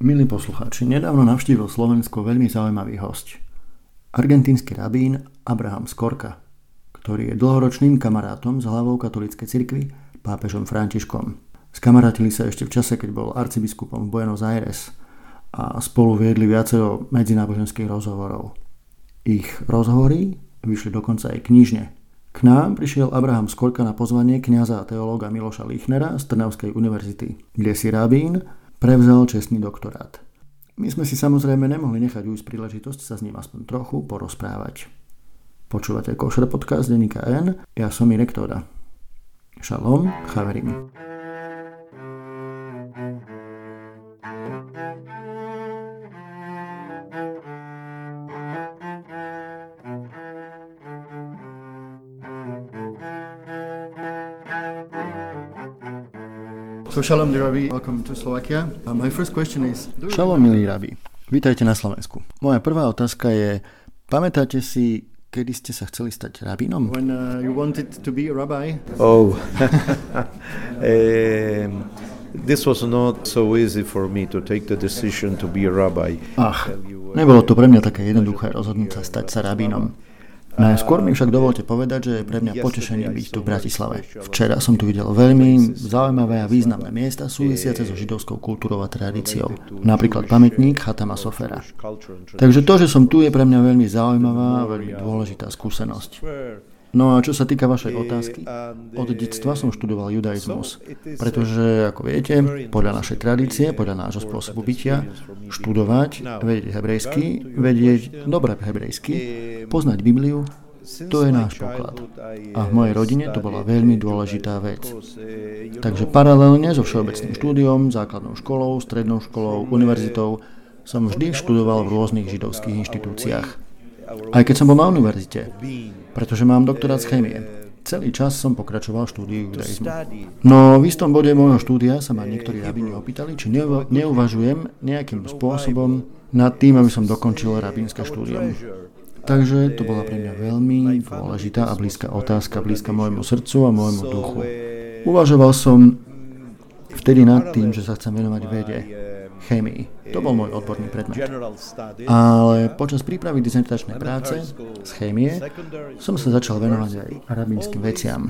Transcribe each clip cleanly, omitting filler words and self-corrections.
Milí poslucháči, nedávno navštívil Slovensko veľmi zaujímavý hosť. Argentínsky rabín Abraham Skorka, ktorý je dlhoročným kamarátom s hlavou katolíckej cirkvi, pápežom Františkom. Skamarátili sa ešte v čase, keď bol arcibiskupom v Buenos Aires a spolu viedli viacero medzináboženských rozhovorov. Ich rozhovory vyšli dokonca aj knižne. K nám prišiel Abraham Skorka na pozvanie kňaza a teológa Miloša Lichnera z Trnavskej univerzity, kde si rabín prevzal čestný doktorát. My sme si samozrejme nemohli nechať ujsť príležitosť sa s ním aspoň trochu porozprávať. Počúvate Košer podcast denníka N, ja som Mirek Toda. Šalom, chaverim. So shalom, dear Rabbi, welcome to Slovakia. My first question is... Shalom, milý Rabbi, vítajte na Slovensku. Moja prvá otázka je, pamätáte si, kedy ste sa chceli stať rabínom? When you wanted to be a rabbi? Oh, this was not so easy for me to take the decision to be a rabbi. Nebolo to pre mňa také jednoduché rozhodnúť sa stať sa rabínom. Najskôr mi však dovolte povedať, že je pre mňa potešenie byť tu v Bratislave. Včera som tu videl veľmi zaujímavé a významné miesta súvisiace so židovskou kultúrou a tradíciou. Napríklad pamätník Chatama Sofera. Takže to, že som tu, je pre mňa veľmi zaujímavá a veľmi dôležitá skúsenosť. No a čo sa týka vašej otázky, od detstva som študoval judaizmus, pretože, ako viete, podľa našej tradície, podľa nášho spôsobu bytia, študovať, vedieť hebrejsky, vedieť dobre hebrejsky, poznať Bibliu, to je náš poklad. A v mojej rodine to bola veľmi dôležitá vec. Takže paralelne so všeobecným štúdiom, základnou školou, strednou školou, univerzitou som vždy študoval v rôznych židovských inštitúciách. Aj keď som bol na univerzite, pretože mám doktorát z chémie. Celý čas som pokračoval v štúdiu judaizmu. No v istom bode môjho štúdia sa ma niektorí rabíni opýtali, či neuvažujem nejakým spôsobom nad tým, aby som dokončil rabínske štúdium. Takže to bola pre mňa veľmi dôležitá a blízka otázka, blízka môjmu srdcu a môjmu duchu. Uvažoval som vtedy nad tým, že sa chcem venovať vede, chémii. To bol môj odborný predmet. Ale počas prípravy dizertačnej práce z chémie som sa začal venovať aj rabínskym veciam.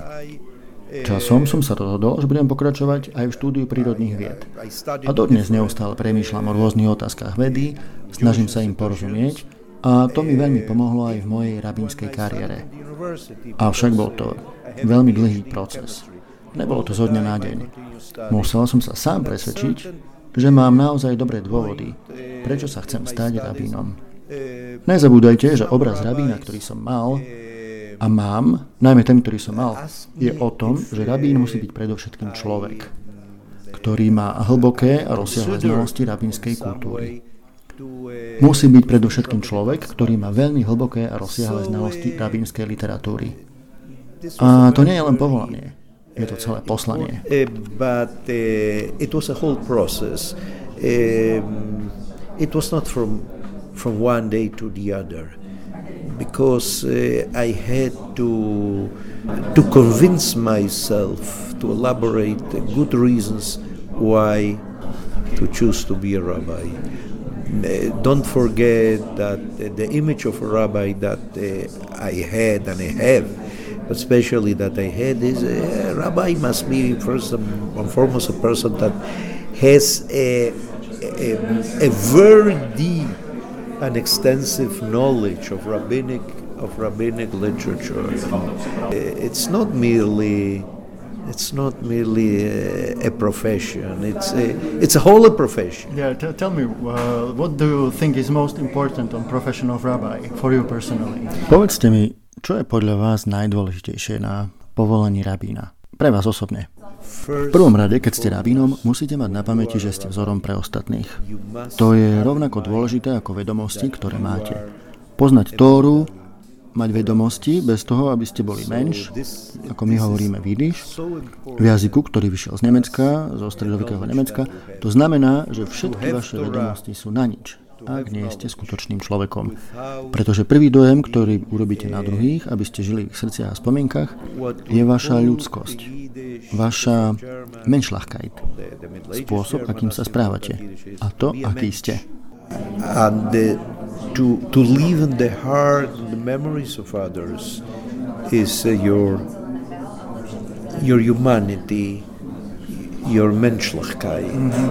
Časom som sa rozhodol, že budem pokračovať aj v štúdiu prírodných vied. A dodnes neustále premýšľam o rôznych otázkach vedy, snažím sa im porozumieť a to mi veľmi pomohlo aj v mojej rabínskej kariére. Avšak bol to veľmi dlhý proces. Nebolo to zo dňa na deň. Musel som sa sám presvedčiť, že mám naozaj dobré dôvody, prečo sa chcem stať rabínom. Nezabúdajte, že obraz rabína, ktorý som mal a mám, najmä ten, ktorý som mal, je o tom, že rabín musí byť predovšetkým človek, ktorý má hlboké a rozsiahle znalosti rabínskej kultúry. Musí byť predovšetkým človek, ktorý má veľmi hlboké a rozsiahle znalosti rabínskej literatúry. A to nie je len povolanie. Je to celé poslanie. But it was a whole process. It was not from one day to the other, because I had to convince myself, to elaborate good reasons why to choose to be a rabbi. Don't forget that the image of a rabbi that I had and I have, especially that I had, is a rabbi must be first and foremost a person that has a very deep and extensive knowledge of rabbinic literature. It's not merely a profession. It's a whole profession. Yeah, tell me, what do you think is most important on profession of rabbi for you personally? Povedzte mi, čo je podľa vás najdôležitejšie na povolaní rabína? Pre vás osobne. V prvom rade, keď ste rabínom, musíte mať na pamäti, že ste vzorom pre ostatných. To je rovnako dôležité ako vedomosti, ktoré máte. Poznať Tóru, mať vedomosti bez toho, aby ste boli menš, ako my hovoríme Jidiš, v jazyku, ktorý vyšiel z Nemecka, zo stredovekého Nemecka, to znamená, že všetky vaše vedomosti sú na nič. ak nie ste skutočným človekom. Pretože prvý dojem, ktorý urobíte na druhých, aby ste žili v ich srdciach a spomienkach, je vaša ľudskosť, vaša Menschlichkeit, spôsob, akým sa správate a to, aký ste. And to live in the heart and the memories of others is your humanity, your Menschlichkeit,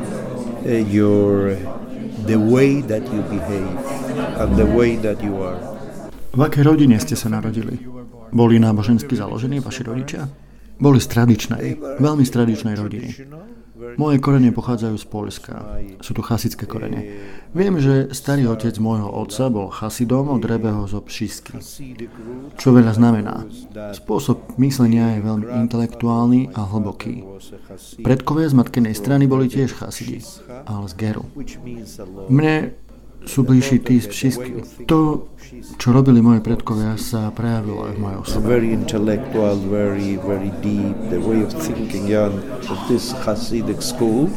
the way that you behave and the way that you are. V akej rodine ste sa narodili? Boli nábožensky založení vaši rodičia? Boli z tradičnej, veľmi z tradičnej rodiny. Moje korene pochádzajú z Poľska. Sú tu chasické korene. Viem, že starý otec môjho otca bol chasidom od Rebeho zo Pšisky. Čo veľa znamená. Spôsob myslenia je veľmi intelektuálny a hlboký. Predkovia z matkenej strany boli tiež chasidi, ale z Geru. Mne sú bližší tí z Pšisky. To, čo robili moje predkovia, sa prejavilo aj v mojej osobe. Very intellectual, very deep, the way of thinking of this Hasidic school.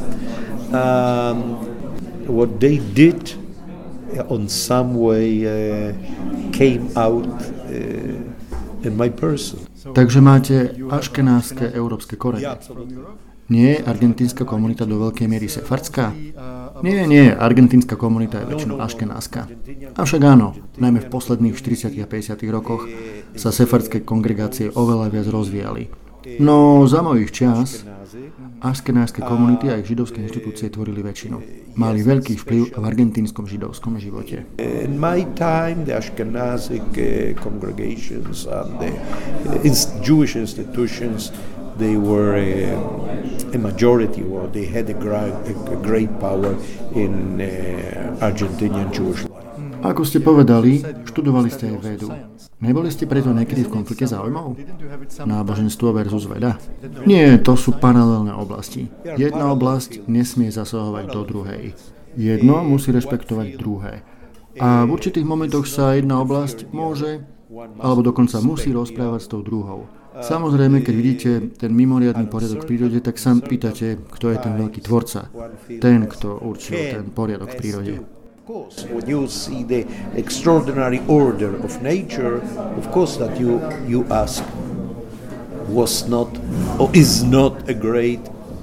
What they did on some way came out in my person. Takže máte aškenáske európske korene. Nie je argentínska komunita do veľkej miery sefardská? Nie, argentínska komunita je väčšinou aškenásska. Avšak áno, najmä v posledných 40 a 50 rokoch sa sefardské kongregácie oveľa viac rozvíjali. No za mojich čias aškenásske komunity a ich židovské inštitúcie tvorili väčšinu. Mali veľký vplyv v argentínskom židovskom živote. In my time, the Ashkenazic congregations and the Jewish institutions, they were a majority, or they had a great power in Argentinian Jewish life. Ako ste povedali, študovali ste aj vedu. Neboli ste preto niekedy v konflikte záujmov? Náboženstvo versus veda? Nie, to sú paralelné oblasti. Jedna oblasť nesmie zasahovať do druhej. Jedno musí rešpektovať druhé. A v určitých momentoch sa jedna oblasť môže, alebo dokonca musí rozprávať s tou druhou. Samozrejme, keď vidíte ten mimoriadny poriadok v prírode, tak sa pýtate, kto je ten veľký tvorca. Ten, kto určil ten poriadok v prírode. When you see the extraordinary order of nature, of course that you ask, was not or is not a great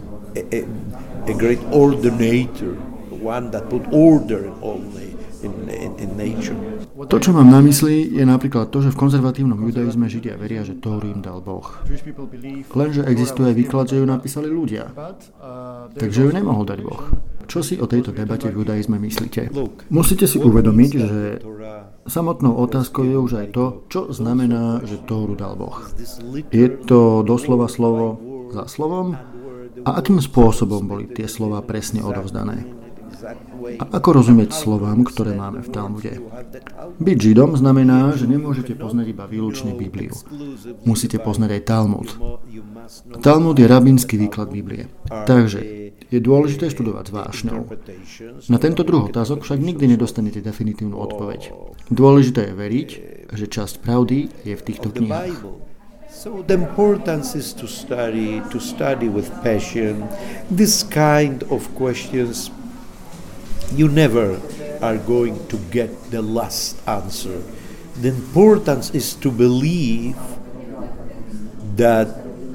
ordinator, one that put order in nature. To, čo mám na mysli, je napríklad to, že v konzervatívnom judaizme Židia veria, že Tóru im dal Boh. Lenže existuje výklad, že ju napísali ľudia. Takže ju nemohol dať Boh. Čo si o tejto debate v judaizme myslíte? Musíte si uvedomiť, že samotnou otázkou je už aj to, čo znamená, že Tóru dal Boh. Je to doslova slovo za slovom? A akým spôsobom boli tie slová presne odovzdané? A ako rozumieť slovám, ktoré máme v Talmude? Byť Židom znamená, že nemôžete poznať iba výlučne Bibliu. Musíte poznať aj Talmud. Talmud je rabínsky výklad Biblie. Takže je dôležité študovať s vášňou. Na tento druh otázok však nikdy nedostanete definitívnu odpoveď. Dôležité je veriť, že časť pravdy je v týchto knihách. So the importance is to study with passion this kind of questions. You never are going to get the last answer. The importance is to believe that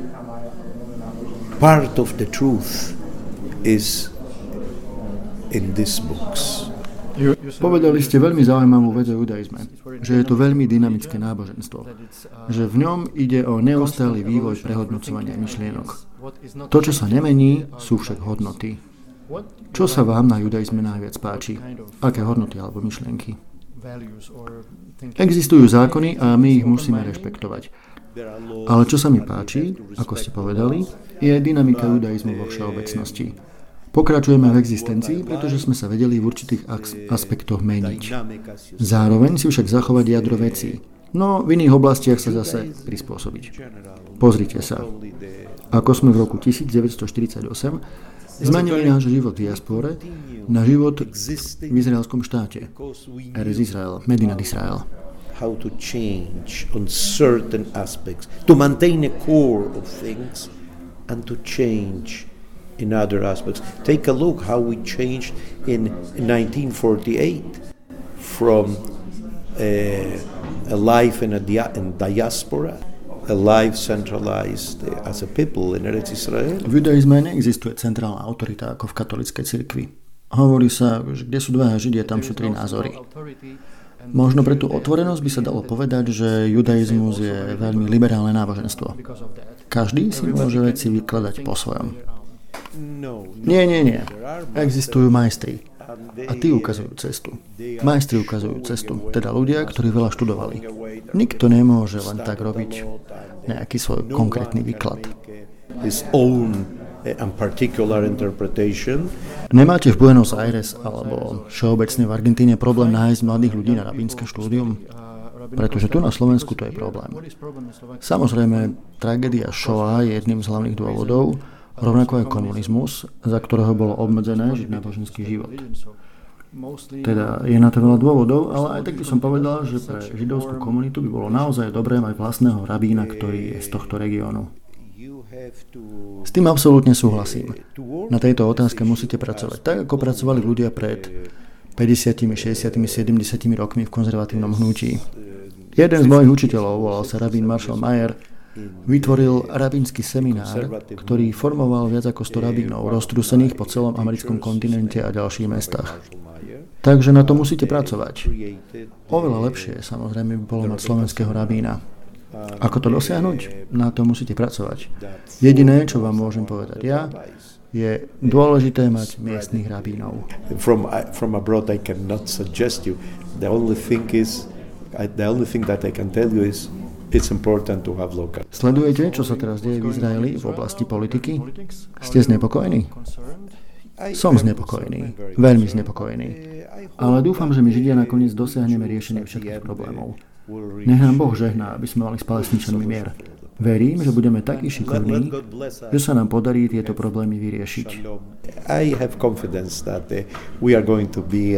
part of the truth is in these books. Povedali ste veľmi zaujímavú vec o judaizme, že je to veľmi dynamické náboženstvo, že v ňom ide o neustály vývoj prehodnocovania myšlienok. To, čo sa nemení, sú však hodnoty. Čo sa vám na judaizme najviac páči? Aké hodnoty alebo myšlienky? Existujú zákony a my ich musíme rešpektovať. Ale čo sa mi páči, ako ste povedali, je dynamika judaizmu vo všeobecnosti. Pokračujeme v existencii, pretože sme sa vedeli v určitých aspektoch meniť. Zároveň si však zachovať jadro vecí. No v iných oblastiach sa zase prispôsobiť. Pozrite sa. Ako sme v roku 1948 zmenili náš život v diaspore na život v izraelskom štáte. Eretz Israel, Medinat Israel. How to change on certain aspects, to maintain a core of things and to change in other aspects. Take a look how we changed in 1948 from a life in diaspora, a life centralized as a people in Eretz Israel. V judaizme neexistuje centrálna autorita ako v katolíckej cirkvi. Hovorí sa, že kde sú dvaja Židia, tam sú tri názory. Možno pre tú otvorenosť by sa dalo povedať, že judaizmus je veľmi liberálne náboženstvo. Každý si môže veci vykladať po svojom. Nie. Existujú majstri. A tí ukazujú cestu. Majstri ukazujú cestu. Teda ľudia, ktorí veľa študovali. Nikto nemôže len tak robiť nejaký svoj konkrétny výklad. Nemáte v Buenos Aires alebo všeobecne v Argentíne problém nájsť mladých ľudí na rabínske štúdium? Pretože tu na Slovensku to je problém. Samozrejme, tragédia Shoah je jedným z hlavných dôvodov, rovnako aj komunizmus, za ktorého bolo obmedzené žiť náboženský život. Teda je na to veľa dôvodov, ale aj tak by som povedal, že pre židovskú komunitu by bolo naozaj dobré mať vlastného rabína, ktorý je z tohto regiónu. S tým absolútne súhlasím. Na tejto otázke musíte pracovať tak, ako pracovali ľudia pred 50, 60, 70 rokmi v konzervatívnom hnutí. Jeden z mojich učiteľov, volal sa rabín Marshall Mayer, vytvoril rabínsky seminár, ktorý formoval viac ako 100 rabínov, roztrúsených po celom americkom kontinente a ďalších mestách. Takže na to musíte pracovať. Oveľa lepšie, samozrejme, by bolo mať slovenského rabína. Ako to dosiahnuť? Na to musíte pracovať. Jediné, čo vám môžem povedať ja, je dôležité mať miestnych rabínov. From abroad I cannot suggest you. The only thing that I can tell you is it's important to have local. Sledujete, čo sa teraz deje v Izraeli v oblasti politiky? Ste znepokojení? Som znepokojený. Veľmi znepokojený. Ale dúfam, že my Židia nakoniec dosiahneme riešenie všetkých problémov. Nech nám Boh žehná, aby sme mali s Palestínčanmi mier. Verím, že budeme takí šikovní, že sa nám podarí tieto problémy vyriešiť. I have confidence that we are going to be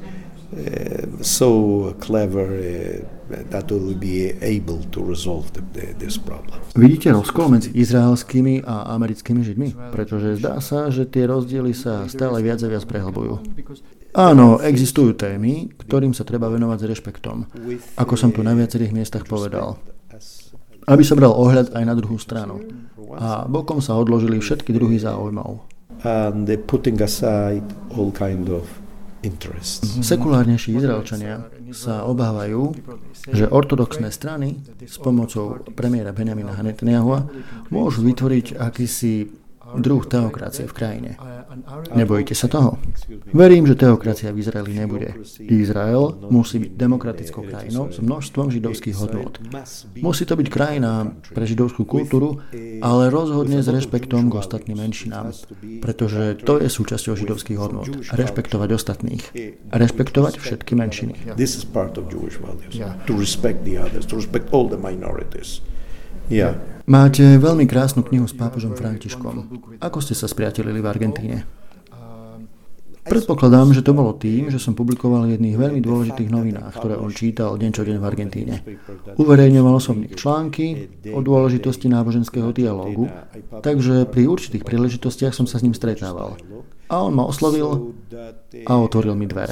so clever that we will be able to resolve this problem. Vidíte rozkol medzi izraelskými a americkými Židmi? Pretože zdá sa, že tie rozdiely sa stále viac a viac prehlbujú. Áno, existujú témy, ktorým sa treba venovať s rešpektom, ako som tu na viacerých miestach povedal. Aby sa bral ohľad aj na druhú stranu. A bokom sa odložili všetky druhy záujmov. And putting aside all kind of interests. Sekulárnejší Izraelčania sa obávajú, že ortodoxné strany s pomocou premiéra Benjamina Netanyahua môžu vytvoriť akýsi druh teokracie v krajine. Nebojíte sa toho? Verím, že teokracia v Izraeli nebude. Izrael musí byť demokratickou krajinou s množstvom židovských hodnôt. Musí to byť krajina pre židovskú kultúru, ale rozhodne s rešpektom k ostatným menšinám, pretože to je súčasťou židovských hodnôt. Rešpektovať ostatných. Rešpektovať všetky menšiny. This is part of Jewish values. To respect the others, to respect all the minorities. Yeah. Máte veľmi krásnu knihu s pápežom Františkom. Ako ste sa spriatelili v Argentíne? Predpokladám, že to bolo tým, že som publikoval v jedných veľmi dôležitých novinách, ktoré on čítal deň čo deň v Argentíne. Uverejňoval som v nich články o dôležitosti náboženského dialógu, takže pri určitých príležitostiach som sa s ním stretával. A on ma oslovil a otvoril mi dvere.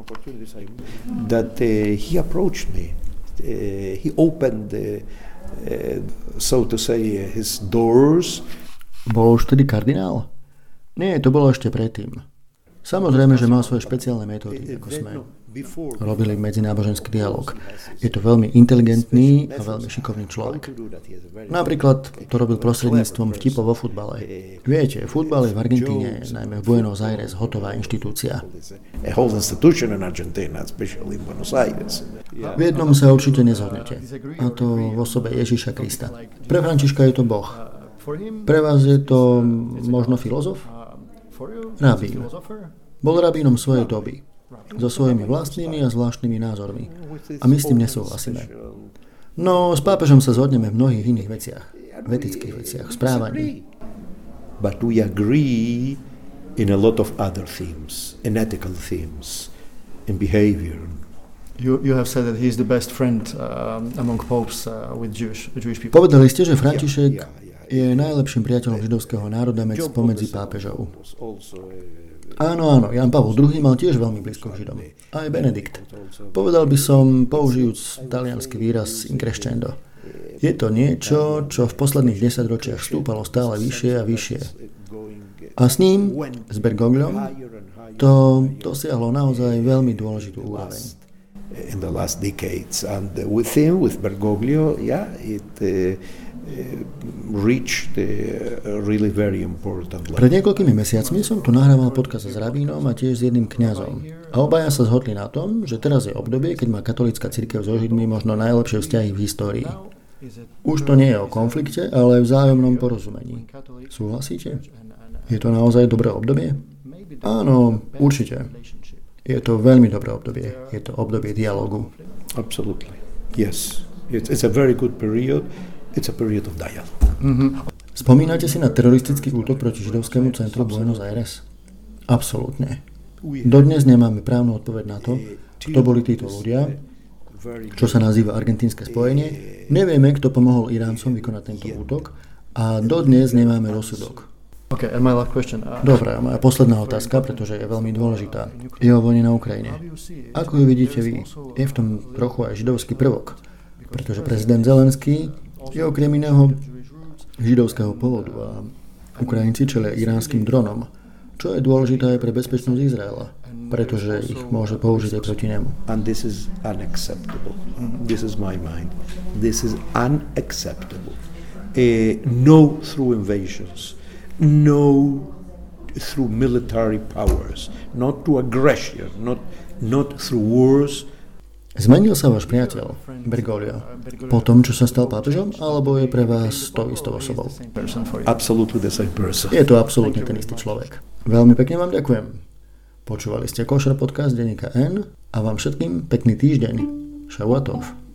He approached me. He opened so to say his doors. Bol už tedy kardinál? Nie, to bolo ešte predtým. Samozrejme, že má svoje špeciálne metódy, ako sme robili medzináboženský dialog. Je to veľmi inteligentný a veľmi šikovný človek. Napríklad to robil prostredníctvom vtipov vo futbale. Viete, futbal je v Argentíne, najmä v Buenos Aires, hotová inštitúcia. V jednom sa určite nezhodnete, a to v osobe Ježiša Krista. Pre Františka je to Boh. Pre vás je to možno filozof? Rabín. Bol rabínom svojej doby, so svojimi vlastnými a zvláštnymi názormi. A my s tým nesúhlasíme. No, s pápežom sa zhodneme v mnohých iných veciach. V etických veciach, v správaní. But we agree in a lot of other themes, in ethical themes, in behavior. You have said that he is the best friend among popes with Jewish people. Povedali ste, že František je najlepším priateľom židovského národa spomedzi pápežov. Áno, Jan Pavol II mal tiež veľmi blízko k Židom. Aj Benedikt. Povedal by som, použijúc taliansky výraz increscendo. Je to niečo, čo v posledných 10 ročiach stúpalo stále vyššie a vyššie. A s ním, s Bergogliom, to dosiahlo naozaj veľmi dôležitú úroveň. In the last decades, and with him, with Bergoglio, it reached really very important level. Pred niekoľkými mesiacmi som tu nahrával podcast s rabínom a tiež s jedným kňazom. A obaja sa zhodli na tom, že teraz je obdobie, keď má katolícka cirkev so Židmi možno najlepšie vzťahy v histórii. Už to nie je o konflikte, ale v vzájomnom porozumení. Súhlasíte? Je to naozaj dobré obdobie? Áno, určite. Je to veľmi dobré obdobie. Je to obdobie dialogu. Absolutely. Yes. It's a very good period. It's a period of dialogue. Spomínate si na teroristický útok proti židovskému centru Buenos Aires? Absolútne. Dodnes nemáme právnu odpoveď na to, kto boli títo ľudia, čo sa nazýva argentínske spojenie. Nevieme, kto pomohol Iráncom vykonať tento útok a dodnes nemáme rozsudok. Okay, and my last question. Dobre, moja posledná otázka, pretože je veľmi dôležitá. Je o vojne na Ukrajine. Ako ju vidíte vy? Je v tom trochu aj židovský prvok? Pretože prezident Zelenský je okrem iného židovského pôvodu a Ukrajinci čelia iránskym dronom, čo je dôležité aj pre bezpečnosť Izraela, pretože ich môže použiť aj proti nemu. And this is unacceptable. This is my mind. This is unacceptable. No through invasions. No through military powers, not to aggression, not through wars. Zmenil sa váš priateľ, Bergoglio, po tom, čo sa stal pápežom, alebo je pre vás tou istou osobou? Absolutely the same person. Je to absolútne ten istý človek. Veľmi pekne vám ďakujem. Počúvali ste Košer podcast denníka N a vám všetkým pekný týždeň. Šavuatov.